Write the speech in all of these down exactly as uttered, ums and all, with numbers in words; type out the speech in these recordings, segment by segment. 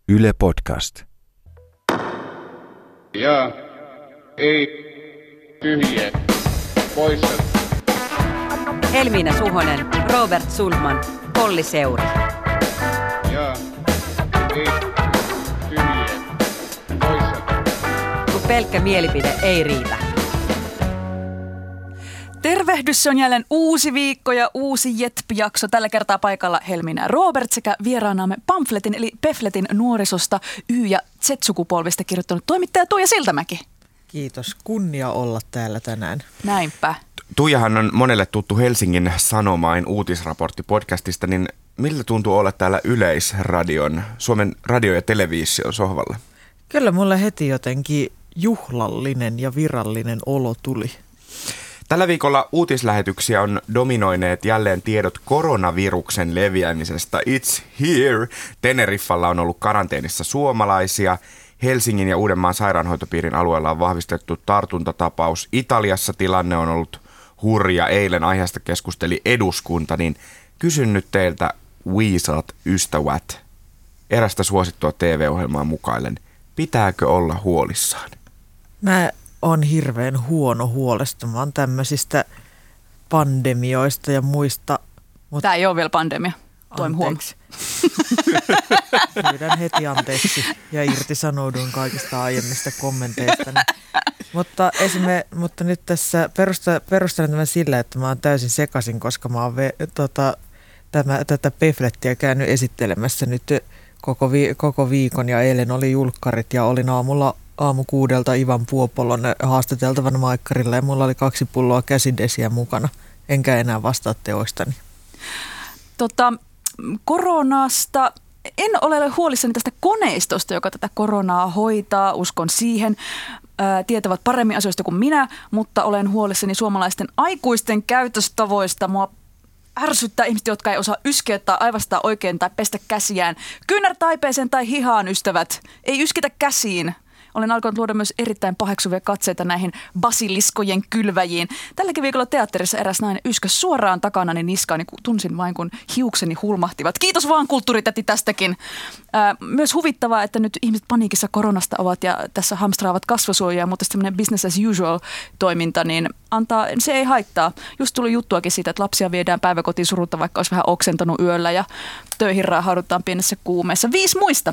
Yle Podcast. Ja ei tyhjiä poissa. Helmiina Suhonen, Robert Sundman, Olli Seuri. Ja ei tyhjiä poissa. Kun pelkkä mielipide ei riitä. Tervehdys, se on jälleen uusi viikko ja uusi Jetp-jakso. Tällä kertaa paikalla Helmiina ja Robert sekä vieraanaamme Pamfletin eli Pefletin nuorisosta Y- ja Z-sukupolvista kirjoittanut toimittaja Tuija Siltamäki. Kiitos. Kunnia olla täällä tänään. Näinpä. Tuijahan on monelle tuttu Helsingin Sanomain uutisraportti podcastista, niin miltä tuntuu olla täällä Yleisradion, Suomen radio- ja television sohvalla? Kyllä mulle heti jotenkin juhlallinen ja virallinen olo tuli. Tällä viikolla uutislähetyksiä on dominoineet jälleen tiedot koronaviruksen leviämisestä. It's here! Teneriffalla on ollut karanteenissa suomalaisia. Helsingin ja Uudenmaan sairaanhoitopiirin alueella on vahvistettu tartuntatapaus. Italiassa tilanne on ollut hurja. Eilen aiheesta keskusteli eduskunta, niin kysyn nyt teiltä, viisaat ystävät, erästä suosittua T V-ohjelmaa mukaillen, pitääkö olla huolissaan? Mä on hirveän huono huolestumaan tämmöisistä pandemioista ja muista. Mutta Tämä ei ole vielä pandemia. Toimi huono. anteeksi. Pyydän heti anteeksi ja irtisanouduin kaikista aiemmista kommenteista. Mutta, esime, mutta nyt tässä perusta, perustelen tämän sillä, että mä oon täysin sekaisin, koska mä oon ve, tota, tämä, tätä Peflettiä käynyt esittelemässä nyt koko, vi, koko viikon ja eilen oli julkkarit ja olin aamulla aamu kuudelta Ivan Puopolon haastateltavana maikkarilla ja mulla oli kaksi pulloa käsidesiä mukana, enkä enää vastaa teoistani. Tota, koronasta en ole huolissani tästä koneistosta, joka tätä koronaa hoitaa, uskon siihen. Ää, tietävät paremmin asioista kuin minä, mutta olen huolissani suomalaisten aikuisten käytöstavoista. Mua ärsyttää ihmiset, jotka ei osaa yskeä tai aivastaa oikein tai pestä käsiään. Kyynärtaipeeseen tai hihaan, ystävät. Ei yskitä käsiin. Olen alkanut luoda myös erittäin paheksuvia katseita näihin basiliskojen kylväjiin. Tälläkin viikolla teatterissa eräs nainen yskäs suoraan takanani niskaan, niin tunsin vain, kun hiukseni hulmahtivat. Kiitos vaan kulttuuritäti tästäkin. Ää, myös huvittavaa, että nyt ihmiset paniikissa koronasta ovat ja tässä hamstraavat kasvosuojaa, mutta semmoinen business as usual toiminta, niin antaa, se ei haittaa. Just tuli juttuakin siitä, että lapsia viedään päiväkotiin surutta, vaikka olisi vähän oksentanut yöllä ja töihin raahaudutaan pienessä kuumeessa. Viisi muista.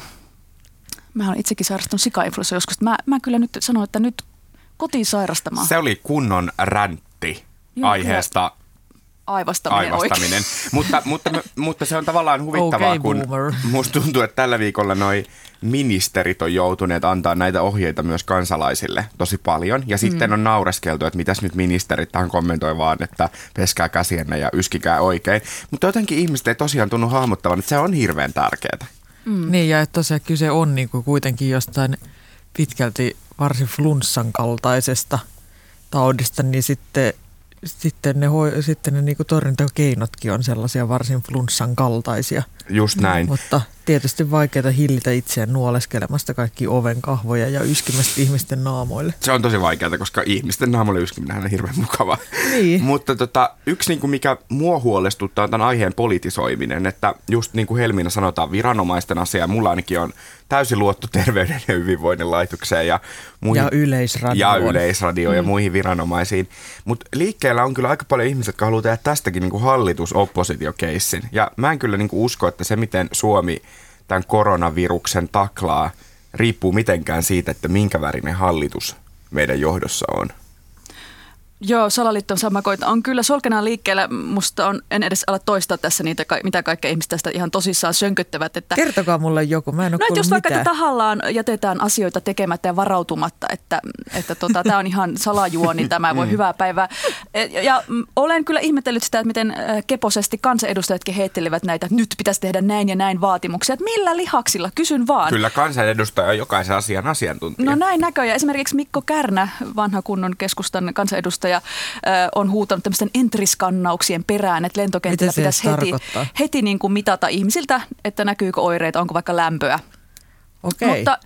Mä olen itsekin sairastunut sika-influenssa joskus. Mä, mä kyllä nyt sanon, että nyt kotiin sairastamaan. Se oli kunnon räntti Joo, aiheesta aivastaminen. aivastaminen. mutta, mutta, mutta se on tavallaan huvittavaa, Okay, kun boomer. musta tuntuu, että tällä viikolla noi ministerit on joutuneet antaa näitä ohjeita myös kansalaisille tosi paljon. Ja sitten mm. on naureskeltu, että mitäs nyt ministerit tähän kommentoi vaan, että peskää käsienne ja yskikää oikein. Mutta jotenkin ihmiset ei tosiaan tunnu hahmottavan, että se on hirveän tärkeää. Mm. Niin ja että tosiaan kyse on niin kuin kuitenkin jostain pitkälti varsin flunssan kaltaisesta taudista, niin sitten, sitten ne, hoi, sitten ne niin kuin torjuntakeinotkin on sellaisia varsin flunssan kaltaisia. Just näin. Mm, mutta tietysti vaikeaa hillitä itseään nuoleskelemasta kaikki oven kahvoja ja yskimästä ihmisten naamoille. Se on tosi vaikeaa, koska ihmisten naamoille yskiminen on hirveän mukavaa. Niin. Mutta tota, yksi, niin kuin mikä mua huolestuttaa, on tämän aiheen politisoiminen. Että just niin kuin Helmiina sanotaan, viranomaisten asia, mulla ainakin on täysin luotto terveyden ja hyvinvoinnin laitokseen. Ja, muihin, ja yleisradioon. Ja yleisradioon mm. ja muihin viranomaisiin. Mutta liikkeellä on kyllä aika paljon ihmisiä, jotka haluaa tehdä tästäkin niin kuin hallitus-oppositiokeissin. Ja mä en kyllä niin kuin usko, että se miten Suomi tämän koronaviruksen taklaa riippuu mitenkään siitä, että minkä värinen hallitus meidän johdossa on. Joo, salaliitton samakoita on kyllä solkenaan liikkeellä. Musta on, en edes ala toistaa tässä niitä, mitä kaikkea ihmiset tästä ihan tosissaan sönköttävät. Että kertokaa mulle joku, mä en ole no, kuullut jos vaikka mitään. tahallaan jätetään asioita tekemättä ja varautumatta, että, että tota, tämä on ihan salajuoni, tämä voi hyvää päivää. Ja, ja olen kyllä ihmetellyt sitä, että miten keposesti kansanedustajatkin heittelevät näitä, että nyt pitäisi tehdä näin ja näin vaatimuksia. Että millä lihaksilla? Kysyn vaan. Kyllä kansanedustaja on jokaisen asian asiantuntija. No näin näköjään. Esimerkiksi Mikko Kärnä, vanha kunnon keskustan kansanedustaja, on huutanut tämmöisten entriskannauksien perään, että lentokentillä pitäisi heti, heti niin kuin mitata ihmisiltä, että näkyykö oireita, onko vaikka lämpöä. Okei. Mutta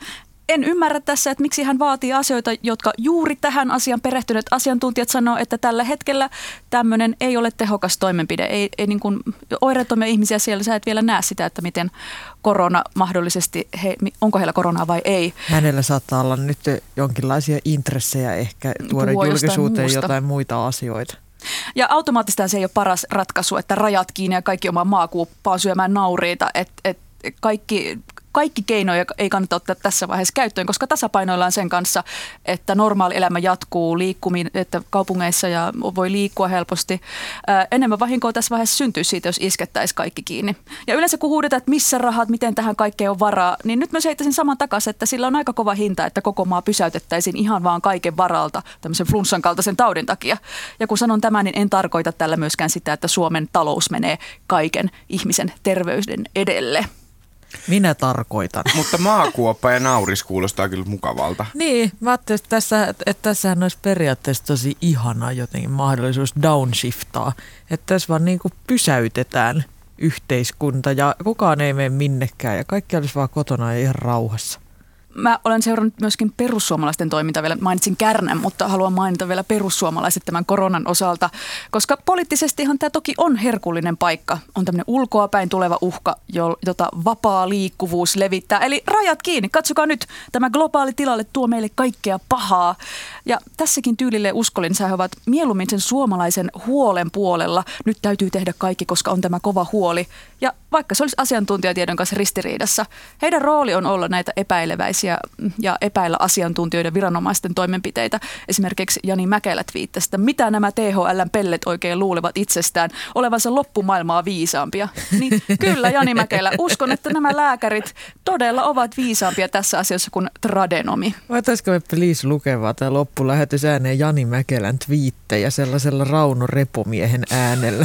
en ymmärrä tässä, että miksi hän vaatii asioita, jotka juuri tähän asian perehtyneet asiantuntijat sanoo, että tällä hetkellä tämmöinen ei ole tehokas toimenpide. Ei, ei niin kuin oireettomia ihmisiä siellä, sä et vielä näe sitä, että miten korona mahdollisesti, he, onko heillä koronaa vai ei. Hänellä saattaa olla nyt jonkinlaisia intressejä ehkä tuoda Puhua julkisuuteen jostain jotain muita asioita. Ja automaattisesti se ei ole paras ratkaisu, että rajat kiinni ja kaikki omaa maakuuppaan syömään nauriita, että et kaikki... Kaikki keinoja ei kannata ottaa tässä vaiheessa käyttöön, koska tasapainoillaan sen kanssa, että normaali elämä jatkuu, liikkuminen, että kaupungeissa ja voi liikkua helposti. Ää, enemmän vahinkoa tässä vaiheessa syntyy siitä, jos iskettäisiin kaikki kiinni. Ja yleensä kun huudetaan, että missä rahat, miten tähän kaikkeen on varaa, niin nyt mä heittäisin saman takaisin, että sillä on aika kova hinta, että koko maa pysäytettäisiin ihan vaan kaiken varalta tämmöisen flunssan kaltaisen taudin takia. Ja kun sanon tämän, niin en tarkoita tällä myöskään sitä, että Suomen talous menee kaiken ihmisen terveyden edelle. Minä tarkoitan. Mutta maakuoppa ja nauris kuulostaa kyllä mukavalta. Niin, mä ajattelin, että, tässä, että tässähän olisi periaatteessa tosi ihana jotenkin mahdollisuus downshiftaa. Että tässä vaan niin kuin pysäytetään yhteiskunta ja kukaan ei mene minnekään ja kaikki olisi vaan kotona ja ihan rauhassa. Mä olen seurannut myöskin perussuomalaisten toimintaa vielä. Mainitsin Kärnän, mutta haluan mainita vielä perussuomalaiset tämän koronan osalta, koska poliittisestihan tämä toki on herkullinen paikka. On tämmöinen ulkoapäin tuleva uhka, jota vapaa liikkuvuus levittää. Eli rajat kiinni. Katsokaa nyt, tämä globaali tilalle tuo meille kaikkea pahaa. Ja tässäkin tyylille uskolin, sä ovat mieluummin sen suomalaisen huolen puolella. Nyt täytyy tehdä kaikki, koska on tämä kova huoli. Ja vaikka se olisi asiantuntijatiedon kanssa ristiriidassa, heidän rooli on olla näitä epäileväisiä ja epäillä asiantuntijoiden viranomaisten toimenpiteitä. Esimerkiksi Jani Mäkelä twiittasi, että mitä nämä T H L:n pellet oikein luulevat itsestään olevansa loppumaailmaa viisaampia. Niin kyllä, Jani Mäkelä, uskon, että nämä lääkärit todella ovat viisaampia tässä asiassa kuin tradenomi. Voitaisiko me please lukevaa tämä loppulähetys ääneen Jani Mäkelän twiittejä sellaisella Rauno Repomiehen äänellä?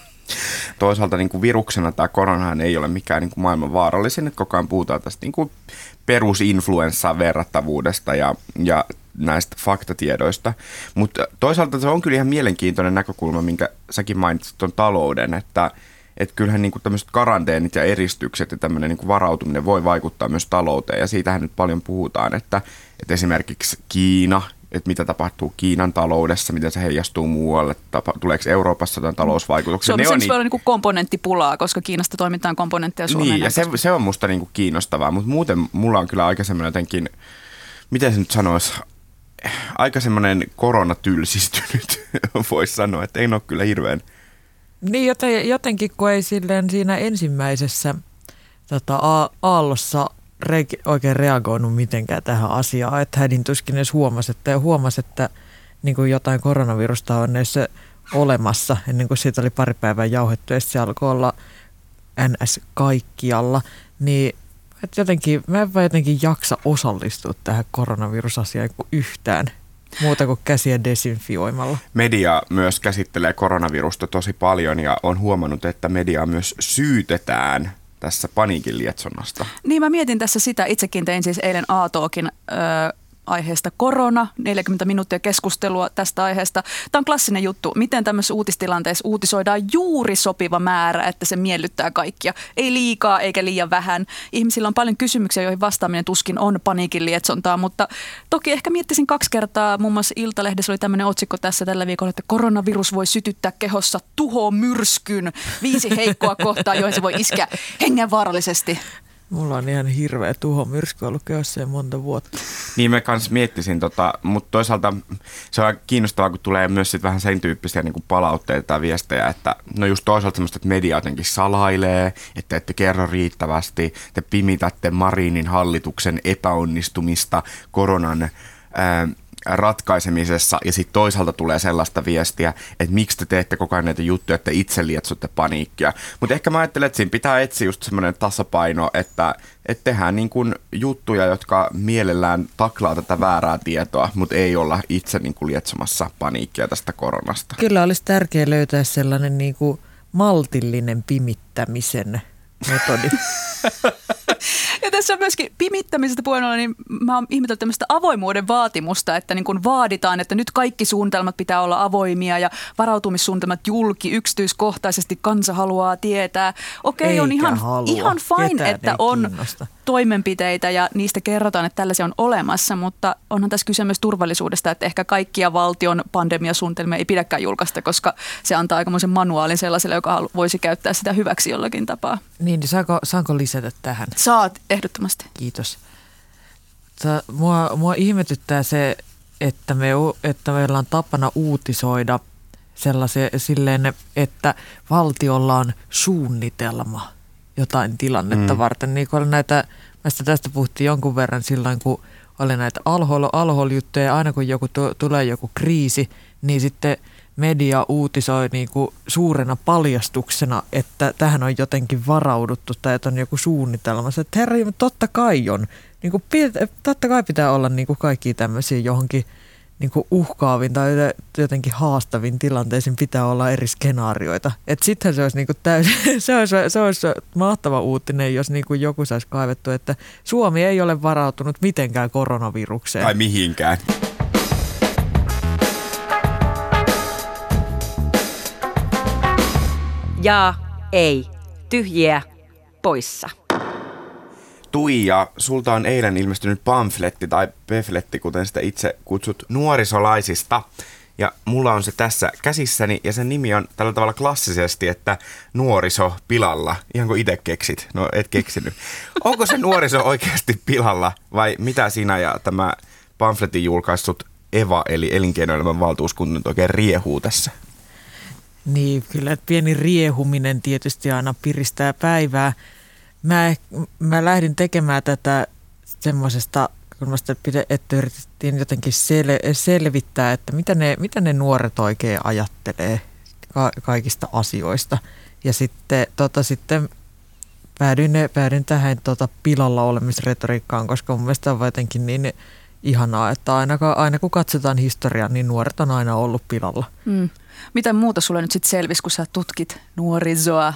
Toisaalta niin kuin viruksena tämä koronahan ei ole mikään niin kuin maailman vaarallisin, että koko ajan puhutaan tästä niin kuin perusinfluenssaan verrattavuudesta ja, ja näistä faktatiedoista. Mutta toisaalta se on kyllä ihan mielenkiintoinen näkökulma, minkä säkin mainitsit tuon talouden, että et kyllähän niin kuin tämmöiset karanteenit ja eristykset ja tämmöinen niin kuin varautuminen voi vaikuttaa myös talouteen ja siitähän nyt paljon puhutaan, että, että esimerkiksi Kiina, että mitä tapahtuu Kiinan taloudessa, miten se heijastuu muualle, tapa, tuleeko Euroopassa jotain talousvaikutuksia. Suomessa niin, voi olla niin komponenttipulaa, koska Kiinasta toimitaan komponentteja Suomeen. Niin, ja se, se on musta niin kuin kiinnostavaa, mutta muuten mulla on kyllä aika semmoinen jotenkin, miten se nyt sanoisi, aika semmoinen koronatylsistynyt, voisi sanoa, että ei ole kyllä hirveän. Niin, joten, jotenkin kun ei silleen siinä ensimmäisessä tota, aallossa Re- oikein reagoinut mitenkään tähän asiaan, että hädin tuskin edes huomasi, että, huomasi, että niin kuin jotain koronavirusta on edes olemassa, ennen kuin siitä oli pari päivää jauhettu, ja se alkoi olla N S kaikkialla, niin että jotenkin, mä en vaan jotenkin jaksa osallistua tähän koronavirusasiaan yhtään, muuta kuin käsiä desinfioimalla. Media myös käsittelee koronavirusta tosi paljon, ja on huomannut, että mediaa myös syytetään tässä paniikin lietsonnasta. Niin, mä mietin tässä sitä. Itsekin tein siis eilen A-talkin öö, aiheesta korona, neljäkymmentä minuuttia keskustelua tästä aiheesta. Tämä on klassinen juttu, miten tämmöisessä uutistilanteessa uutisoidaan juuri sopiva määrä, että se miellyttää kaikkia. Ei liikaa eikä liian vähän. Ihmisillä on paljon kysymyksiä, joihin vastaaminen tuskin on paniikin lietsontaa, mutta toki ehkä miettisin kaksi kertaa. Muun muassa Iltalehdessä oli tämmöinen otsikko tässä tällä viikolla, että koronavirus voi sytyttää kehossa tuhomyrskyn. Viisi heikkoa kohtaa, joihin se voi iskeä hengenvaarallisesti. Mulla on ihan hirveä tuhomyrsky ollut kehossa jo monta vuotta. Niin mä kans miettisin, tota, mutta toisaalta se on kiinnostavaa, kun tulee myös sit vähän sen tyyppisiä niin kuin palautteita tai viestejä, että no just toisaalta semmoista, että media jotenkin salailee, että ette kerro riittävästi, te pimitätte Marinin hallituksen epäonnistumista koronan ää, ratkaisemisessa ja sitten toisaalta tulee sellaista viestiä, että miksi te teette koko ajan näitä juttuja, että itse lietsotte paniikkia. Mutta ehkä mä ajattelen, että siinä pitää etsiä just semmoinen tasapaino, että, että tehdään niin kuin juttuja, jotka mielellään taklaa tätä väärää tietoa, mutta ei olla itse niin kuin lietsomassa paniikkia tästä koronasta. Kyllä olisi tärkeää löytää sellainen niin kuin maltillinen pimittämisen metodi. Ja Ja tässä on myöskin pimittämisestä puheen ollen, niin mä oon ihmetellyt tämmöistä avoimuuden vaatimusta, että niin kun vaaditaan, että nyt kaikki suunnitelmat pitää olla avoimia ja varautumissuunnitelmat julki, yksityiskohtaisesti kansa haluaa tietää. Okei, on ihan, ihan fine, Ketään että on kiinnosta. toimenpiteitä ja niistä kerrotaan, että tällaisia on olemassa, mutta onhan tässä kyse myös turvallisuudesta, että ehkä kaikkia valtion pandemiasuunnitelmia ei pidäkään julkaista, koska se antaa aikamoisen manuaalin sellaiselle, joka voisi käyttää sitä hyväksi jollakin tapaa. Niin, niin saanko, saanko lisätä tähän? Saat ehdottomasti. Kiitos. Tää, mua, mua ihmetyttää se, että, me, että meillä on tapana uutisoida sellaisia silleen, että valtiolla on suunnitelma jotain tilannetta mm. varten. Niin kun näitä, tästä, tästä puhuttiin jonkun verran silloin, kun oli näitä alhol-juttuja ja aina kun joku tu, tulee joku kriisi, niin sitten media uutisoi niin kuin suurena paljastuksena, että tähän on jotenkin varauduttu tai että on joku suunnitelma. Että herra, totta kai on. Niin kuin, totta kai pitää olla niin kuin kaikki tämmöisiä johonkin niin kuin uhkaaviin tai jotenkin haastaviin tilanteisiin pitää olla eri skenaarioita. Että sittenhän se olisi, niin kuin täysin, se olisi, se olisi mahtava uutinen, jos niin kuin joku saisi kaivettu, että Suomi ei ole varautunut mitenkään koronavirukseen. Tai mihinkään. Ja ei. Tyhjiä. Poissa. Tuija, sulta on eilen ilmestynyt pamfletti tai pefletti, kuten sitä itse kutsut, nuorisolaisista. Ja mulla on se tässä käsissäni ja sen nimi on tällä tavalla klassisesti, että nuoriso pilalla. Ihan kuin itse keksit. No et keksinyt. Onko se nuoriso oikeasti pilalla vai mitä sinä ja tämä pamfletin julkaissut Eva eli elinkeinoelämän valtuuskunta nyt oikein riehuu tässä? Niin, kyllä pieni riehuminen tietysti aina piristää päivää. Mä, mä lähdin tekemään tätä semmoisesta, kun mä sitä pide, että yritettiin jotenkin sel, selvittää, että mitä ne, mitä ne nuoret oikein ajattelee ka, kaikista asioista. Ja sitten, tota, sitten päädyin, päädyin tähän tota, pilalla olemisretoriikkaan, koska mun mielestä on jotenkin niin ihanaa, että aina, aina kun katsotaan historiaa, niin nuoret on aina ollut pilalla. Mm. Mitä muuta sulle nyt sitten selvisi, kun sä tutkit nuorisoa?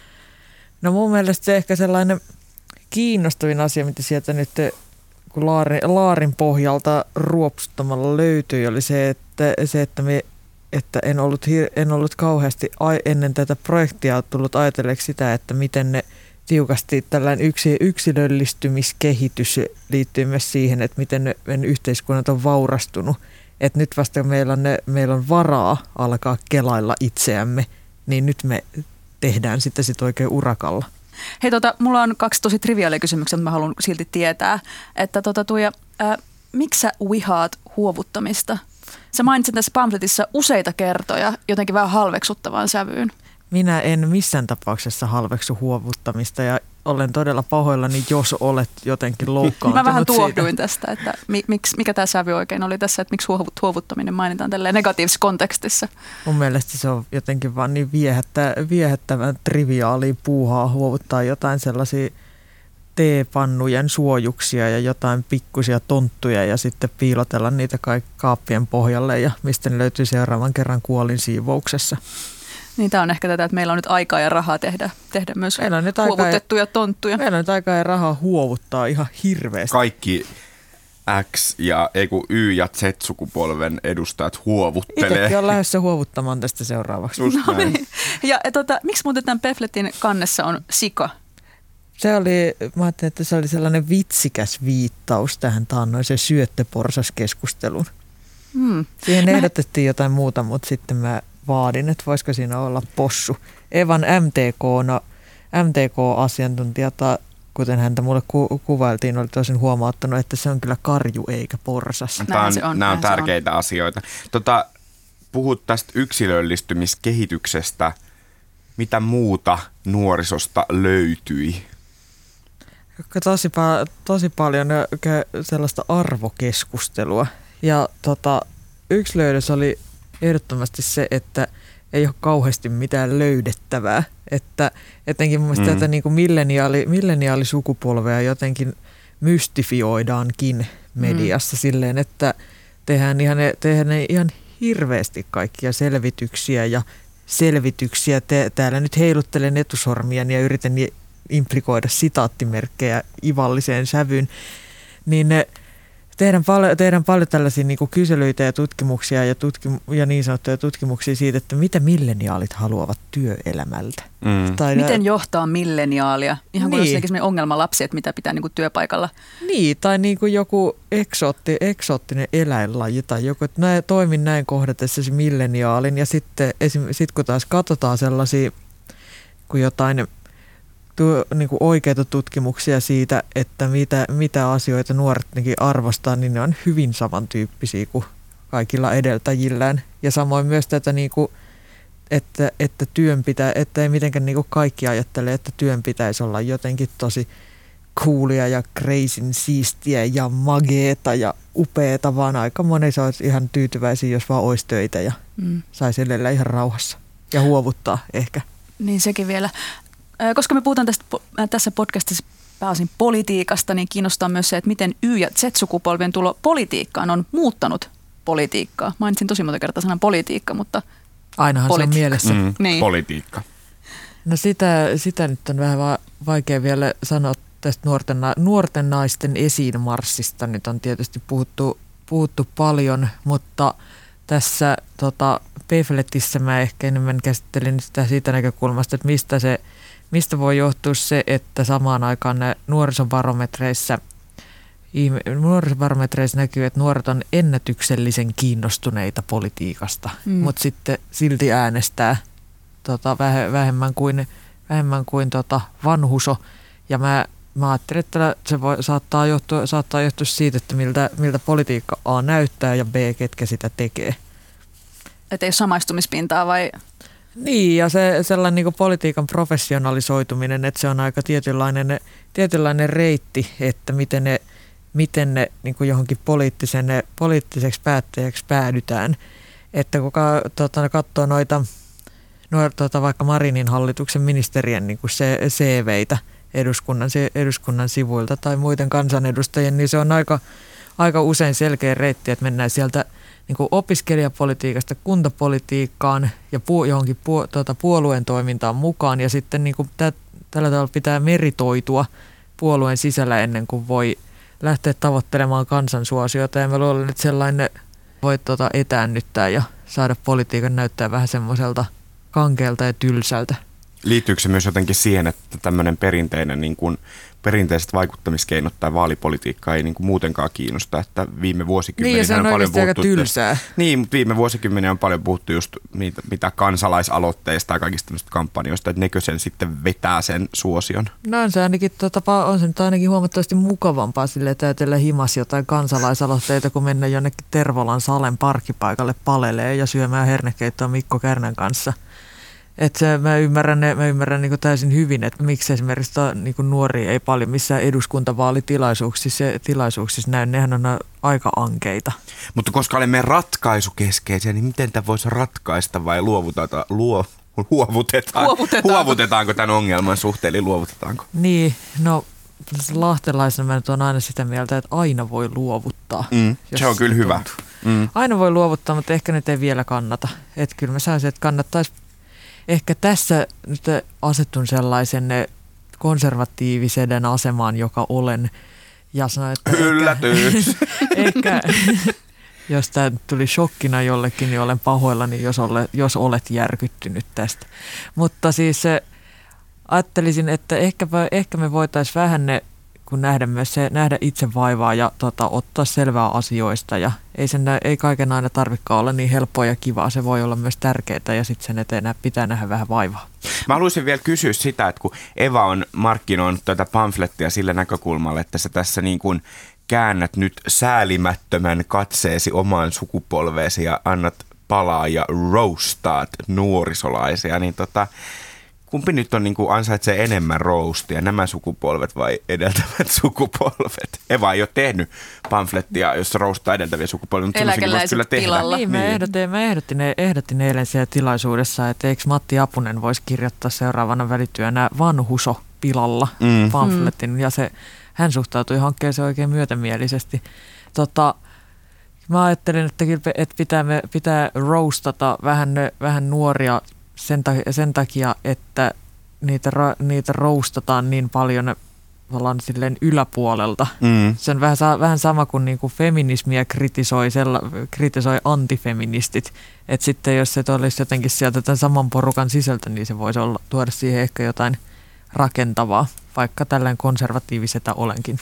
No mun mielestä se ehkä sellainen kiinnostavin asia, mitä sieltä nyt kun Laarin, Laarin pohjalta ruopsuttamalla löytyi, oli se, että, se, että, me, että en, ollut, en ollut kauheasti ennen tätä projektia tullut ajatelleeksi sitä, että miten ne tiukasti tällainen yksi, yksilöllistymiskehitys liittyy myös siihen, että miten ne, ne yhteiskunnat on vaurastunut. Että nyt vasta meillä on, ne, meillä on varaa alkaa kelailla itseämme, niin nyt me tehdään sitä sitten oikein urakalla. Hei, tota, mulla on kaksi tosi triviaalia kysymyksiä, mutta mä haluan silti tietää, että tota, Tuija, ää, miksi sä vihaat huovuttamista? Sä mainitsit tässä pamfletissa useita kertoja jotenkin vähän halveksuttavaan sävyyn. Minä en missään tapauksessa halveksu huovuttamista ja olen todella pahoillani, jos olet jotenkin loukkaantunut Mä vähän siitä. tuohduin tästä, että miksi, mikä tämä sävy oikein oli tässä, että miksi huovuttaminen mainitaan tälleen negatiivisessa kontekstissa. Mun mielestä se on jotenkin vaan niin viehättä, viehättävän triviaalia puuhaa huovuttaa jotain sellaisia teepannujen suojuksia ja jotain pikkusia tonttuja ja sitten piilotella niitä kaikki kaappien pohjalle ja mistä ne löytyy seuraavan kerran kuolin siivouksessa. Niin tämä on ehkä tätä, että meillä on nyt aikaa ja rahaa tehdä, tehdä myös huovutettuja tonttuja. Meillä on nyt aikaa ja rahaa huovuttaa ihan hirveästi. Kaikki X ja ei kun Y ja Z-sukupolven edustajat huovuttelee. Itsekin on lähdössä huovuttamaan tästä seuraavaksi. No niin. Ja, ja tota, miksi muuten tämän pefletin kannessa on sika? Se oli, mä ajattelin, että se oli sellainen vitsikäs viittaus tähän taannoiseen syöttöporsaskeskusteluun. Hmm. Siihen ehdotettiin jotain muuta, mutta sitten mä vaadin, että voisiko siinä olla possu. Evan M T K:na, M T K-asiantuntijata, kuten häntä mulle ku- kuvailtiin, oli tosin huomauttanut, että se on kyllä karju eikä porsas. Tämä on, se on, nämä on se tärkeitä on. asioita. Tota, puhut tästä yksilöllistymiskehityksestä. Mitä muuta nuorisosta löytyi? Tosi, pa- tosi paljon sellaista arvokeskustelua. Ja tota, yksi löydös oli ehdottomasti se, että ei ole kauheasti mitään löydettävää. Että etenkin mun mielestä mm. tätä niin kuin milleniaali, milleniaalisukupolvea jotenkin mystifioidaankin mediassa mm. silleen, että tehdään ihan, tehdään ihan hirveästi kaikkia selvityksiä ja selvityksiä. Te, täällä nyt heiluttelen etusormia ja yritän implikoida sitaattimerkkejä ivalliseen sävyyn, niin ne tehdään paljon, tehdään paljon tällaisia niin kuin kyselyitä ja tutkimuksia ja, tutkim- ja niin sanottuja tutkimuksia siitä, että mitä milleniaalit haluavat työelämältä. Mm. Tai Miten johtaa milleniaalia? Ihan kuin Niin. jossakin sellainen ongelmalapsi, että mitä pitää niin kuin työpaikalla. Niin, tai niin kuin joku eksootti, eksoottinen eläinlaji tai joku, että näin, toimin näin kohdatessasi milleniaalin. Ja sitten esim, sit kun taas katsotaan sellaisia kuin jotain tu, niin kuin oikeita tutkimuksia siitä, että mitä, mitä asioita nuoret arvostaa, niin ne on hyvin samantyyppisiä kuin kaikilla edeltäjillään. Ja samoin myös tätä, niin kuin, että, että työn pitää, että ei mitenkään niin kuin kaikki ajattele, että työn pitäisi olla jotenkin tosi coolia ja crazyn siistiä ja mageeta ja upeeta, vaan aika moni olisi ihan tyytyväisiä, jos vaan olisi töitä ja Mm. saisi elellä ihan rauhassa ja huovuttaa ehkä. Niin sekin vielä. Ö, Koska me puhutaan tästä, po- äh, tässä podcastissa pääosin politiikasta, niin kiinnostaa myös se, että miten Y- ja Z-sukupolvien tulo politiikkaan on muuttanut politiikkaa. Mainitsin tosi monta kertaa sanan politiikka, mutta Ainahan se on Politiikka. mielessä. Mm. Niin. Politiikka. No sitä, sitä nyt on vähän va- vaikea vielä sanoa tästä nuorten, na- nuorten naisten esiinmarssista. Nyt on tietysti puhuttu, puhuttu paljon, mutta tässä tota, Pamfletissä mä ehkä enemmän käsittelin sitä siitä näkökulmasta, että mistä, se, mistä voi johtua se, että samaan aikaan nä- nuorisobarometreissa, ihme- nuorisobarometreissa näkyy, että nuoret on ennätyksellisen kiinnostuneita politiikasta, Mm. mutta sitten silti äänestää tota, vähe, vähemmän kuin, vähemmän kuin tota, vanhuso. Ja mä, mä ajattelin, että se voi, saattaa, johtua, saattaa johtua siitä, että miltä, miltä politiikka A näyttää ja B, ketkä sitä tekee. että ei ole samaistumispintaa vai... Niin, ja se sellainen niin kuin politiikan professionalisoituminen, että se on aika tietynlainen, tietynlainen reitti, että miten ne, miten ne niin kuin johonkin poliittisen, poliittiseksi päättäjäksi päädytään. Että kun ka, tota, katsoo noita, noita tota, vaikka Marinin hallituksen ministerien niin kuin se, C V:itä eduskunnan, se, eduskunnan sivuilta tai muiden kansanedustajien, niin se on aika, aika usein selkeä reitti, että mennään sieltä niin kuin opiskelijapolitiikasta kuntapolitiikkaan ja pu, johonkin pu, tuota, puolueen toimintaan mukaan. Ja sitten niin kuin tä, tällä tavalla pitää meritoitua puolueen sisällä ennen kuin voi lähteä tavoittelemaan kansansuosiota. Ja mä luulen, että sellainen voi tuota, etäännyttää ja saada politiikan näyttää vähän semmoiselta kankealta ja tylsältä. Liittyykö se myös jotenkin siihen, että tämmöinen perinteinen, niin kuin, perinteiset vaikuttamiskeinot tai vaalipolitiikka ei niin kuin muutenkaan kiinnosta, että viime vuosikymmeninä Niin, ja se on paljon oikeasti aika puhuttu, tylsää. Niin, mutta viime vuosikymmeniä on paljon puhuttu just mitä, mitä kansalaisaloitteista ja kaikista tämmöistä kampanjoista, että nekö sen sitten vetää sen suosion. No on se ainakin, tuota, on se nyt ainakin huomattavasti mukavampaa sille täytellä himas jotain kansalaisaloitteita, kun mennä jonnekin Tervolan Salen parkkipaikalle palelee ja syömään hernekeittoa Mikko Kärnän kanssa. Että mä ymmärrän, mä ymmärrän niin kuin täysin hyvin, että miksi esimerkiksi to, niin kuin nuori ei paljon missään eduskuntavaalitilaisuuksissa tilaisuuksissa näy, nehän on aika ankeita. Mutta koska olemme ratkaisukeskeisiä, niin miten tämä voisi ratkaista vai luovuteta, luo, luovutetaan, Luovutetaanko? luovutetaanko tämän ongelman suhteen, eli luovutetaanko? Niin, no lahtelaisena mä nyt on aina sitä mieltä, että aina voi luovuttaa. Mm, jos se on kyllä hyvä. tuntuu. Mm. Aina voi luovuttaa, mutta ehkä nyt ei vielä kannata. Että kyllä mä sanoisin, että kannattaisi ehkä tässä nyt asettun sellaisen konservatiivisen asemaan, joka olen. Ja sanoin, että Yllätys! Ehkä, ehkä jos tämä tuli shokkina jollekin, niin olen pahoillani, jos, ole, jos olet järkyttynyt tästä. Mutta siis ajattelisin, että ehkäpä, ehkä me voitaisiin vähän ne, kun nähdä myös se, nähdä itse vaivaa ja tota, ottaa selvää asioista. Ja ei, sen, ei kaiken aina tarvitsekaan olla niin helppoa ja kivaa, se voi olla myös tärkeää ja sitten sen eteen pitää nähdä vähän vaivaa. Mä haluaisin vielä kysyä sitä, että kun Eva on markkinoinut tätä pamflettia sillä näkökulmalla, että sä tässä niin kuin käännät nyt säälimättömän katseesi omaan sukupolveesi ja annat palaa ja roastaat nuorisolaisia, niin tota, kumpi nyt on niin kuin ansaitsee enemmän roastia, nämä sukupolvet vai edeltävät sukupolvet? Eva ei ole tehnyt pamflettia, jossa roastaa edeltäviä sukupolvia, mutta semmoisenkin voisi kyllä tehdä. pilalla. Niin, mä ehdotin, mä ehdotin, ehdotin eilen siellä tilaisuudessa, että eikö Matti Apunen voisi kirjoittaa seuraavana välityönä Vanhuso pilalla Mm. pamfletin, ja se, hän suhtautui hankkeeseen oikein myötämielisesti. Tota, mä ajattelin, että, kyllä, että pitää, me, pitää roastata vähän, vähän nuoria sen takia, sen takia, että niitä, ra, niitä roustataan niin paljon ollaan silleen yläpuolelta. Mm. Se on vähän, vähän sama kuin niinku feminismiä kritisoi, sella, kritisoi antifeministit. Että sitten jos se olisi jotenkin sieltä tämän saman porukan sisältä, niin se voisi olla, tuoda siihen ehkä jotain rakentavaa, vaikka tällainen konservatiivisetä olenkin.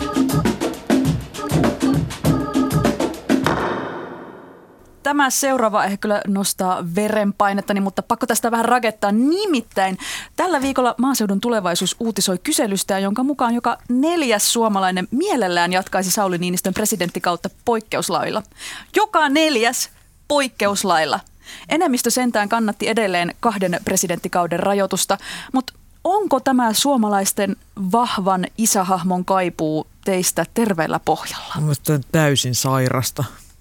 Tämä seuraava ehkä kyllä nostaa verenpainettani, mutta pakko tästä vähän rakettaa. Nimittäin tällä viikolla Maaseudun Tulevaisuus uutisoi kyselystä, jonka mukaan joka neljäs suomalainen mielellään jatkaisi Sauli Niinistön presidenttikautta poikkeuslailla. Joka neljäs poikkeuslailla. Enemmistö sentään kannatti edelleen kahden presidenttikauden rajoitusta, mutta onko tämä suomalaisten vahvan isähahmon kaipuu teistä terveellä pohjalla? Mielestäni on täysin sairasta.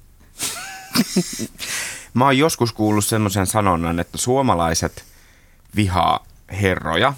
Mä oon joskus kuullut semmoisen sanonnan, että suomalaiset vihaa herroja,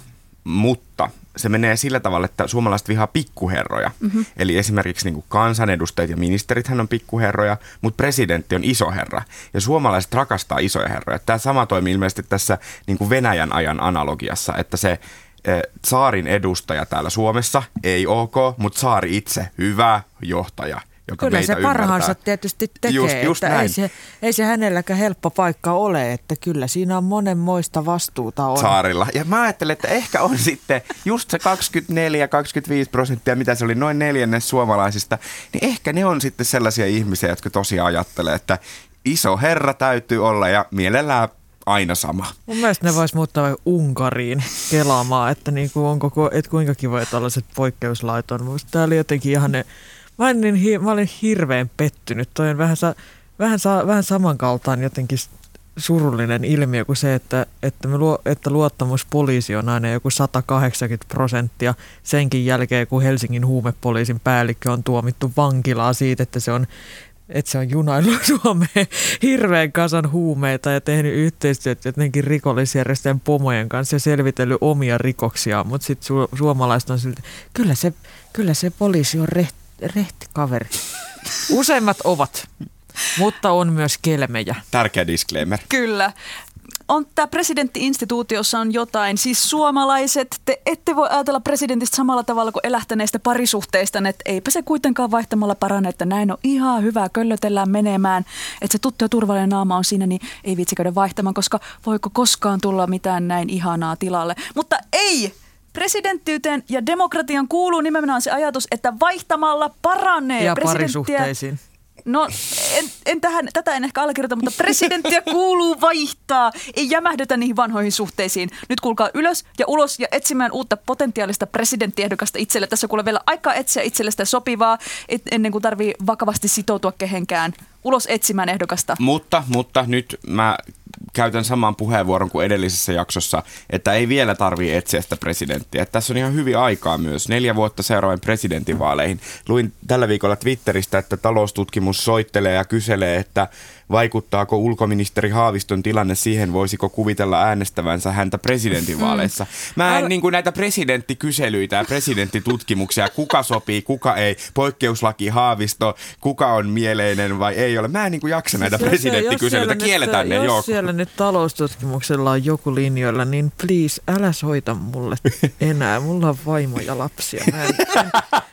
mutta se menee sillä tavalla, että suomalaiset vihaa pikkuherroja. Mm-hmm. Eli esimerkiksi niin kuin kansanedustajat ja ministerithän on pikkuherroja, mutta presidentti on iso herra. Ja suomalaiset rakastaa isoja herroja. Tämä sama toimii ilmeisesti tässä niin kuin Venäjän ajan analogiassa, että se e, tsaarin edustaja täällä Suomessa ei ok, mutta tsaari itse hyvä johtaja. Kyllä se parhaansa tietysti tekee, just, just että ei se, ei se hänelläkään helppo paikka ole, että kyllä siinä on monenmoista vastuuta on. Saarilla. Ja mä ajattelen, että ehkä on sitten just se kaksikymmentäneljä kaksikymmentäviisi prosenttia, mitä se oli noin neljännes suomalaisista, niin ehkä ne on sitten sellaisia ihmisiä, jotka tosiaan ajattelee, että iso herra täytyy olla ja mielellään aina sama. Mun mielestä ne vois muuttaa Unkariin kelaamaan, että, niinku onko, että kuinka kivoja tällaiset poikkeuslait on. Musta tää oli jotenkin ihan ne... Mä olin, niin, mä olin hirveän pettynyt. Toi on vähän, vähän, vähän samankaltainen jotenkin surullinen ilmiö kuin se, että, että, me luo, että luottamus poliisi on aina joku sata kahdeksankymmentä prosenttia senkin jälkeen, kun Helsingin huumepoliisin päällikkö on tuomittu vankilaa siitä, että se on, että se on junaillut Suomeen hirveän kasan huumeita ja tehnyt yhteistyötä jotenkin rikollisjärjestöjen pomojen kanssa ja selvitellyt omia rikoksiaan. Mutta sitten su, suomalaiset on siltä, kyllä se, kyllä se poliisi on rehti. Rehti kaveri. Useimmat ovat, mutta on myös kelmejä. Tärkeä disclaimer. Kyllä. On tämä presidentti-instituutiossa on jotain. Siis suomalaiset, te ette voi ajatella presidentistä samalla tavalla kuin elähtäneistä parisuhteista, että eipä se kuitenkaan vaihtamalla parane, että näin on ihan hyvä, köllötellään menemään. Että se tuttu ja turvallinen naama on siinä, niin ei viitsi käydä vaihtamaan, koska voiko koskaan tulla mitään näin ihanaa tilalle. Mutta ei! Presidenttiyteen ja demokratian kuuluu nimenomaan se ajatus, että vaihtamalla paranee ja presidenttiä. Parisuhteisiin. No en, en tähän, tätä en ehkä allekirjoita, mutta presidenttiä kuuluu vaihtaa. Ei jämähdetä niihin vanhoihin suhteisiin. Nyt kuulkaa ylös ja ulos ja etsimään uutta potentiaalista presidenttiehdokasta itselle. Tässä kuulee vielä aikaa etsiä itselle sitä sopivaa, et, ennen kuin tarvii vakavasti sitoutua kehenkään. Ulos etsimään ehdokasta. Mutta, mutta nyt mä käytän saman puheenvuoron kuin edellisessä jaksossa, että ei vielä tarvitse etsiä sitä presidenttiä. Että tässä on ihan hyvin aikaa myös. Neljä vuotta seuraaviin presidentinvaaleihin. Luin tällä viikolla Twitteristä, että taloustutkimus soittelee ja kyselee, että vaikuttaako ulkoministeri Haaviston tilanne siihen, voisiko kuvitella äänestävänsä häntä presidentinvaaleissa. Mä en niin kuin näitä presidenttikyselyitä ja presidenttitutkimuksia, kuka sopii, kuka ei, poikkeuslaki Haavisto, kuka on mieleinen vai ei ole. Mä en niin kuin jaksa näitä presidenttikyselyitä, kielletään ne jos joko. Jos siellä nyt taloustutkimuksella on joku linjoilla, niin please, älä soita mulle enää. Mulla on vaimo ja lapsia. Mä en, en,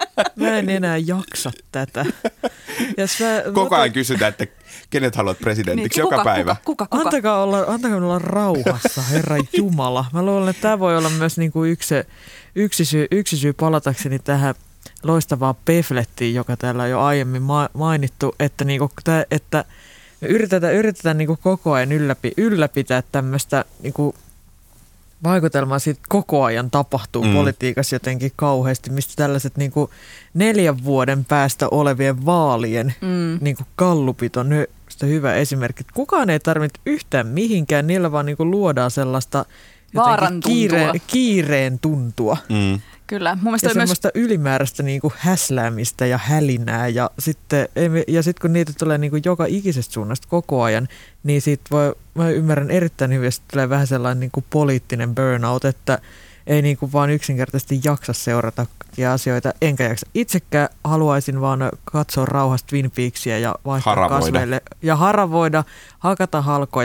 mä en enää jaksa tätä. Mä, Koko ajan mä, kysytään, että kenet haluat presidentiksi niin, joka kuka, päivä. Kuka, kuka, kuka? Antakaa olla, antakaa olla rauhassa, Herra Jumala. Mä luulen, että tämä voi olla myös niinku yksi, yksi, syy, yksi syy palatakseni tähän loistavaan peflettiin, joka täällä on jo aiemmin ma- mainittu, että, niinku, tää, että me yritetään, yritetään niinku koko ajan ylläpi, ylläpitää tämmöistä niinku vaikutelmaa siitä koko ajan tapahtuu mm. politiikassa jotenkin kauheasti, mistä tällaiset niinku neljän vuoden päästä olevien vaalien mm. niinku gallupit on sitä hyvä esimerkki. Kukaan ei tarvitse yhtään mihinkään, niillä vaan niinku luodaan sellaista kiireen, kiireen tuntua. Mm. Kyllä. Mun mielestä ja semmoista myös ylimääräistä niinku häsläämistä ja hälinää. Ja sitten ja sit kun niitä tulee niinku joka ikisestä suunnasta koko ajan, niin siitä voi, mä ymmärrän erittäin hyvin, että tulee vähän sellainen niinku poliittinen burnout, että ei niinku vaan yksinkertaisesti jaksa seurata asioita, enkä jaksa. Itsekään haluaisin vaan katsoa rauhassa Twin Peaksia ja vaihtaa haravoida. kasveille ja haravoida, hakata halkoja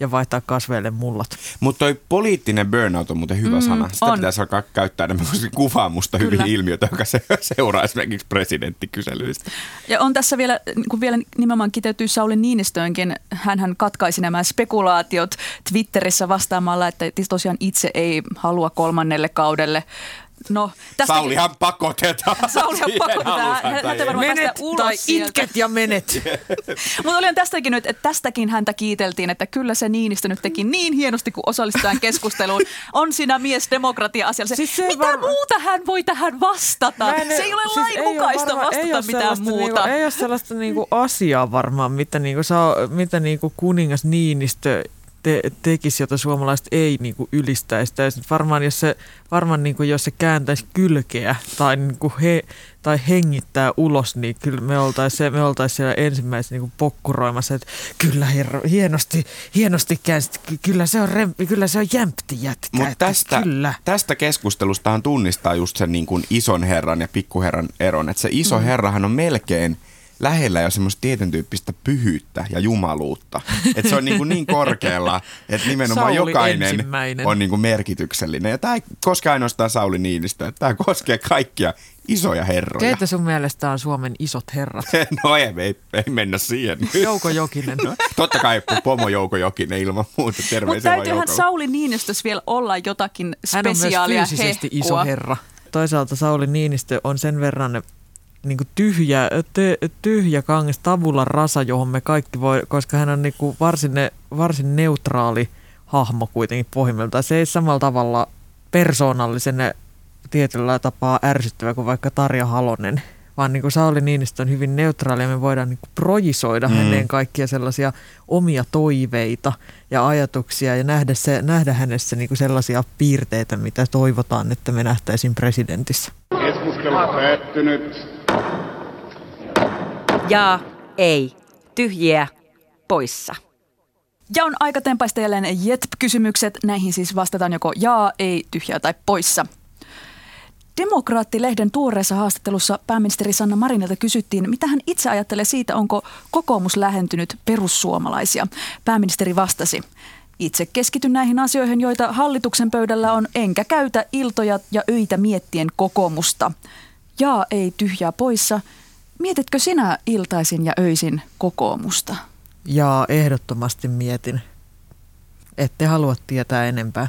ja vaihtaa kasveille mullat. Mutta toi poliittinen burnout on muuten hyvä mm, sana. Sitä on. pitäisi alkaa käyttää enemmän, koska se kuvaa musta Kyllä. hyvin ilmiötä, joka se seuraa esimerkiksi presidenttikyselyistä. Ja on tässä vielä, kun vielä nimenomaan kiteytyy Sauli Niinistöönkin, hänhän katkaisi nämä spekulaatiot Twitterissä vastaamalla, että tosiaan itse ei halua kolmannelle kaudelle. No, tästä Saulihan pakotetaan. Saulihan siihen pakotetaan. halutaan Hän tai ei varmaan ei. päästä Menet ulos tai sieltä. itket ja menet. Mutta oli tästäkin nyt, että tästäkin häntä kiiteltiin, että kyllä se Niinistö nyt teki niin hienosti, kun osallistutaan keskusteluun. On siinä mies demokratia-asialla. Siis se mitä varma... muuta hän voi tähän vastata? Mä en- Se ei ole siis lainmukaista varma- vastata ei ole mitään sellaista muuta. Niinku, ei ole sellaista niinku asiaa varmaan, mitä, niinku, saa, mitä niinku kuningas Niinistö te, tekisi, jota suomalaiset ei niinku ylistäisi täysin. Varmaan jos se, varmaan niinku, jos se kääntäisi kylkeä tai, niinku he, tai hengittää ulos, niin kyllä me oltaisiin me oltais siellä ensimmäisenä niinku pokkuroimassa, että kyllä herra, hienosti, hienosti käänsit, kyllä se on, rempi, kyllä se on jämpti jätkä. Mutta tästä, kyllä. tästä keskustelustahan tunnistaa just sen niin kuin ison herran ja pikkuherran eron. Että se iso mm. herrahan on melkein lähellä jo semmoista tietyn tyyppistä pyhyyttä ja jumaluutta. Että se on niin, kuin niin korkealla, että nimenomaan Sauli jokainen ensimmäinen. on niin kuin merkityksellinen. Ja tämä ei koske ainoastaan Sauli Niinistöä, tämä koskee kaikkia isoja herroja. Keitä sun mielestä on Suomen isot herrat? No ei, ei, ei mennä siihen. Jouko Jokinen. No, totta kai pomo Jouko Jokinen ilman muuta. Mutta Terveisiä vaan täytyyhän Joukolle. Sauli Niinistössä vielä olla jotakin Hän on myös spesiaalia fyysisesti hehkua. iso herra. Toisaalta Sauli Niinistö on sen verran niin kuin tyhjä, ty, tyhjä kangas, tabula rasa, johon me kaikki voi, koska hän on niin kuin varsin, varsin neutraali hahmo kuitenkin pohjimmiltaan. Se ei samalla tavalla persoonallisena tietyllä tapaa ärsyttävä kuin vaikka Tarja Halonen, vaan niin kuin Sauli Niinistö on hyvin neutraali ja me voidaan niin kuin projisoida mm. hänen kaikkia sellaisia omia toiveita ja ajatuksia ja nähdä, se, nähdä hänessä niin kuin sellaisia piirteitä, mitä toivotaan, että me nähtäisiin presidentissä. Keskustelu päättynyt. Jaa, ei, tyhjiä, poissa. Ja on aika tempaista jälleen J E T P-kysymykset. Näihin siis vastataan joko jaa, ei, tyhjää tai poissa. Demokraatti-lehden tuoreessa haastattelussa pääministeri Sanna Marinilta kysyttiin, mitä hän itse ajattelee siitä, onko kokoomus lähentynyt perussuomalaisia. Pääministeri vastasi, itse keskityn näihin asioihin, joita hallituksen pöydällä on, enkä käytä iltoja ja öitä miettien kokoomusta. Jaa, ei, tyhjää, poissa. Mietitkö sinä iltaisin ja öisin kokoomusta? Ja ehdottomasti mietin, ette halua tietää enempää.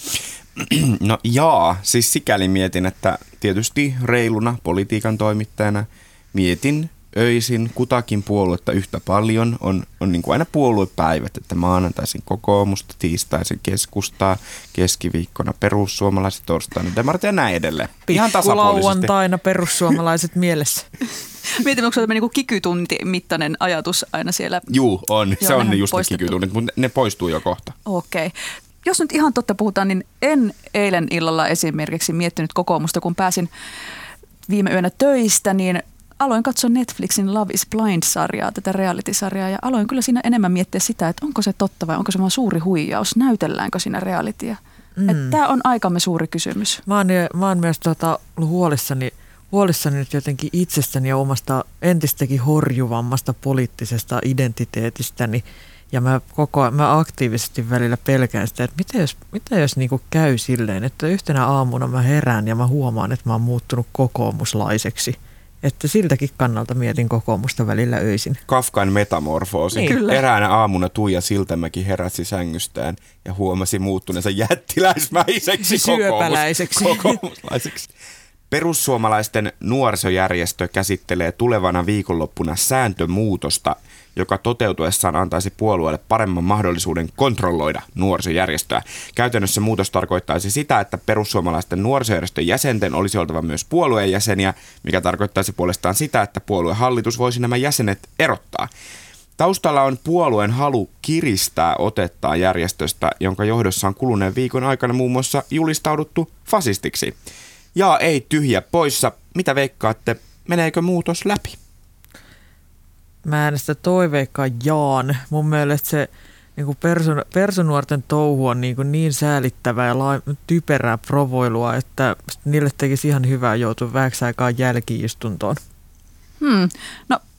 No jaa, siis sikäli mietin, että tietysti reiluna politiikan toimittajana mietin öisin kutakin puoluetta yhtä paljon. On, on niin kuin aina puoluepäivät, että maanantaisin kokoomusta, tiistaisin keskustaa, keskiviikkona perussuomalaiset, torstaina demarit ja näin edelleen. Ihan tasapuolisesti. Pikkulauantaina perussuomalaiset mielessä. Mietin, onko se tämmöinen niin kikytunti mittainen ajatus aina siellä? Juu, on. Joo, se on nehän ne just ne poistettu. kikytunnit, mutta ne poistuu jo kohta. Okei. Jos nyt ihan totta puhutaan, niin en eilen illalla esimerkiksi miettinyt kokoomusta, kun pääsin viime yönä töistä, niin aloin katsoa Netflixin Love is Blind-sarjaa, tätä reality-sarjaa, ja aloin kyllä siinä enemmän miettiä sitä, että onko se totta vai onko se vaan suuri huijaus, näytelläänkö siinä realitya. Mm. Tämä on aikamme suuri kysymys. Mä oon, mä oon myös tota, huolissani, huolissani nyt jotenkin itsestäni ja omasta entistäkin horjuvammasta poliittisesta identiteetistäni. Ja mä, koko ajan, mä aktiivisesti välillä pelkään sitä, että mitä jos, mitä jos niinku käy silleen, että yhtenä aamuna mä herään ja mä huomaan, että mä oon muuttunut kokoomuslaiseksi. Että siltäkin kannalta mietin kokoomusta välillä öisin. Kafkan metamorfoosi. Niin, kyllä. Eräänä aamuna Tuija Siltamäki heräsi sängystään ja huomasi muuttuneensa jättiläismäiseksi Syöpäläiseksi. kokoomus, kokoomuslaiseksi. Perussuomalaisten nuorisojärjestö käsittelee tulevana viikonloppuna sääntömuutosta, joka toteutuessaan antaisi puolueelle paremman mahdollisuuden kontrolloida nuorisojärjestöä. Käytännössä muutos tarkoittaisi sitä, että perussuomalaisten nuorisojärjestön jäsenten olisi oltava myös puolueen jäseniä, mikä tarkoittaisi puolestaan sitä, että puoluehallitus voisi nämä jäsenet erottaa. Taustalla on puolueen halu kiristää otettaan järjestöstä, jonka johdossa on kuluneen viikon aikana muun muassa julistauduttu fasistiksi. Ja ei tyhjä poissa. Mitä veikkaatte? Meneekö muutos läpi? Mä äänestä toiveikkaan jaan. Mun mielestä se niin kuin perso, personuorten touhu on niin, kuin niin säälittävää ja la, typerää provoilua, että niille tekisi ihan hyvää joutua vähäksi aikaa jälki-istuntoon. Hmm. No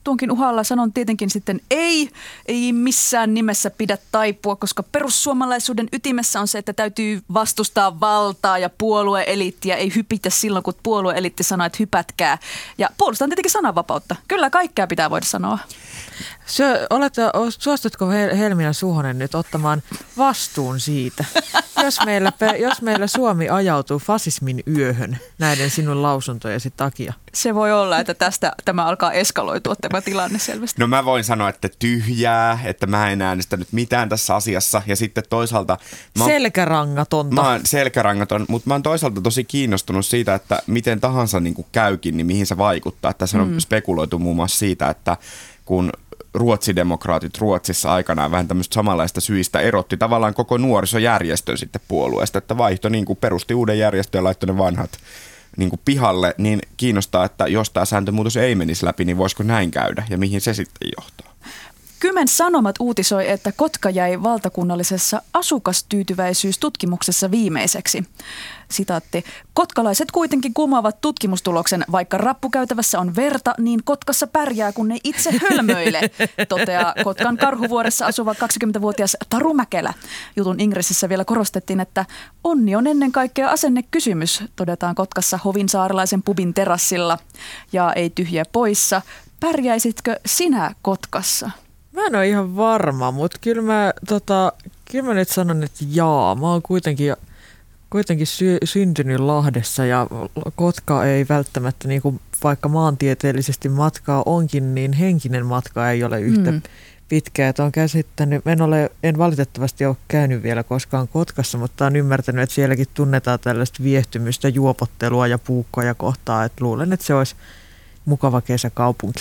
tuonkin uhalla sanon tietenkin sitten ei, ei missään nimessä pidä taipua, koska perussuomalaisuuden ytimessä on se, että täytyy vastustaa valtaa ja puolueeliittiä, ei hypitä silloin, kun puolueeliitti sanoo, että hypätkää. Ja puolustan tietenkin sananvapautta. Kyllä kaikkea pitää voida sanoa. Se, olet, suostutko Helmiina Suhonen nyt ottamaan vastuun siitä, jos meillä, jos meillä Suomi ajautuu fasismin yöhön näiden sinun lausuntojesi takia? Se voi olla, että tästä tämä alkaa eskaloitua tämä tilanne selvästi. No mä voin sanoa, että tyhjää, että mä en äänestänyt mitään tässä asiassa. Ja sitten toisaalta... Mä oon, selkärangatonta. Mä oon selkärangaton, mutta mä oon toisaalta tosi kiinnostunut siitä, että miten tahansa niin kuin käykin, niin mihin se vaikuttaa. Tässä mm. on spekuloitu muun muassa siitä, että kun ruotsidemokraatit Ruotsissa aikanaan vähän tämmöistä samanlaista syistä erotti tavallaan koko nuorisojärjestön sitten puolueesta, että vaihto niin kuin perusti uuden järjestön ja laittoi ne vanhat niin kuin pihalle, niin kiinnostaa, että jos tämä sääntömuutos ei menisi läpi, niin voisiko näin käydä ja mihin se sitten johtaa? Kymen Sanomat uutisoi, että Kotka jäi valtakunnallisessa asukastyytyväisyystutkimuksessa viimeiseksi. Sitaatti. Kotkalaiset kuitenkin kumoavat tutkimustuloksen, vaikka rappukäytävässä on verta, niin Kotkassa pärjää, kun ne itse hölmöile, toteaa Kotkan Karhuvuoressa asuva kaksikymmentävuotias Taru Mäkelä. Jutun ingressissä vielä korostettiin, että onni on ennen kaikkea asennekysymys, todetaan Kotkassa Hovinsaarelaisen pubin terassilla. Ja ei tyhjä poissa. Pärjäisitkö sinä Kotkassa? Mä en ole ihan varma, mutta kyllä mä, tota, kyllä mä nyt sanon, että jaa. Mä oon kuitenkin, kuitenkin sy- syntynyt Lahdessa ja Kotka ei välttämättä, niin kuin vaikka maantieteellisesti matkaa onkin, niin henkinen matka ei ole yhtä mm. pitkä. Että on käsittänyt, en, ole, en valitettavasti ole käynyt vielä koskaan Kotkassa, mutta olen ymmärtänyt, että sielläkin tunnetaan tällaista viehtymystä, juopottelua ja puukkoja kohtaa. Että luulen, että se olisi mukava kesäkaupunki.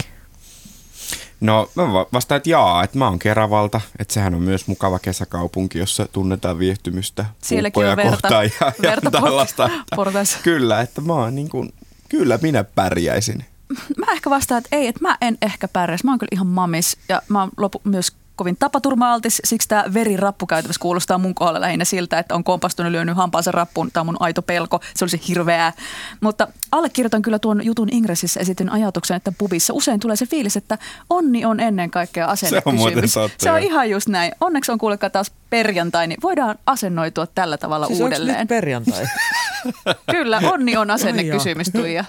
No mä vastaan, että jaa, että mä oon Keravalta, että sehän on myös mukava kesäkaupunki, jossa tunnetaan viehtymystä puukkoja kohtaan ja, ja tällaista. Kyllä, että mä oon niin kuin, kyllä minä pärjäisin. Mä ehkä vastaan, että ei, että mä en ehkä pärjäisi. Mä oon kyllä ihan mamis ja mä oon lopu, myös kovin tapaturma-altis, siksi tämä verirappukäytävässä kuulostaa mun kohdalla lähinnä siltä, että on kompastunut lyönyt hampaansa rappuun. Tämä on mun aito pelko, se olisi hirveää. Mutta allekirjoitan kyllä tuon jutun ingressissä esityn ajatuksen, että pubissa usein tulee se fiilis, että onni on ennen kaikkea asennekysymys. Se on muuten totta. Se on ihan just näin. Onneksi on kuulekaan taas perjantai, niin voidaan asennoitua tällä tavalla siis uudelleen. Onko nyt perjantai? Kyllä, onni on asennekysymys, Tuija.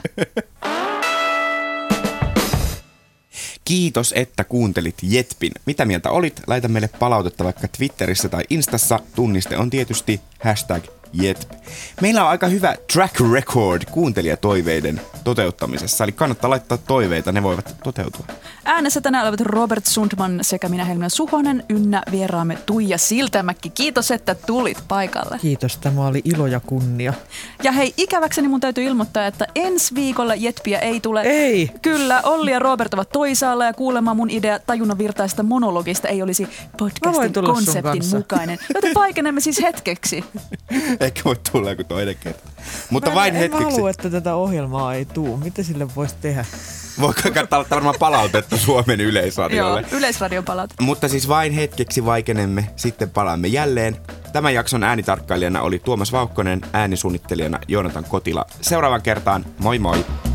Kiitos, että kuuntelit Jetpin. Mitä mieltä olit? Laita meille palautetta vaikka Twitterissä tai Instassa. Tunniste on tietysti hashtag Jetp. Meillä on aika hyvä track record kuuntelijatoiveiden toteuttamisessa, eli kannattaa laittaa toiveita, ne voivat toteutua. Äänessä tänään olivat Robert Sundman sekä minä Helmiina Suhonen ynnä vieraamme Tuija Siltamäki. Kiitos, että tulit paikalle. Kiitos, tämä oli ilo ja kunnia. Ja hei, ikäväkseni mun täytyy ilmoittaa, että ensi viikolla Jetpiä ei tule. Ei! Kyllä, Olli ja Robert ovat toisaalla ja kuulemma mun idea tajunnanvirtaista monologista ei olisi podcastin konseptin mukainen. Joten vaikenemme siis hetkeksi. Eikä voi tulla joku toinen kerta. Mutta mä vain en, hetkeksi. En halua, että tätä ohjelmaa ei tuu. Mitä sille voisi tehdä? Voiko katsoa varmaan palautetta Suomen Yleisradiolle? Joo, Yleisradion palautetta. Mutta siis vain hetkeksi vaikenemme, sitten palaamme jälleen. Tämän jakson äänitarkkailijana oli Tuomas Vauhkonen, äänisuunnittelijana Joonatan Kotila. Seuraavan kertaan, moi moi!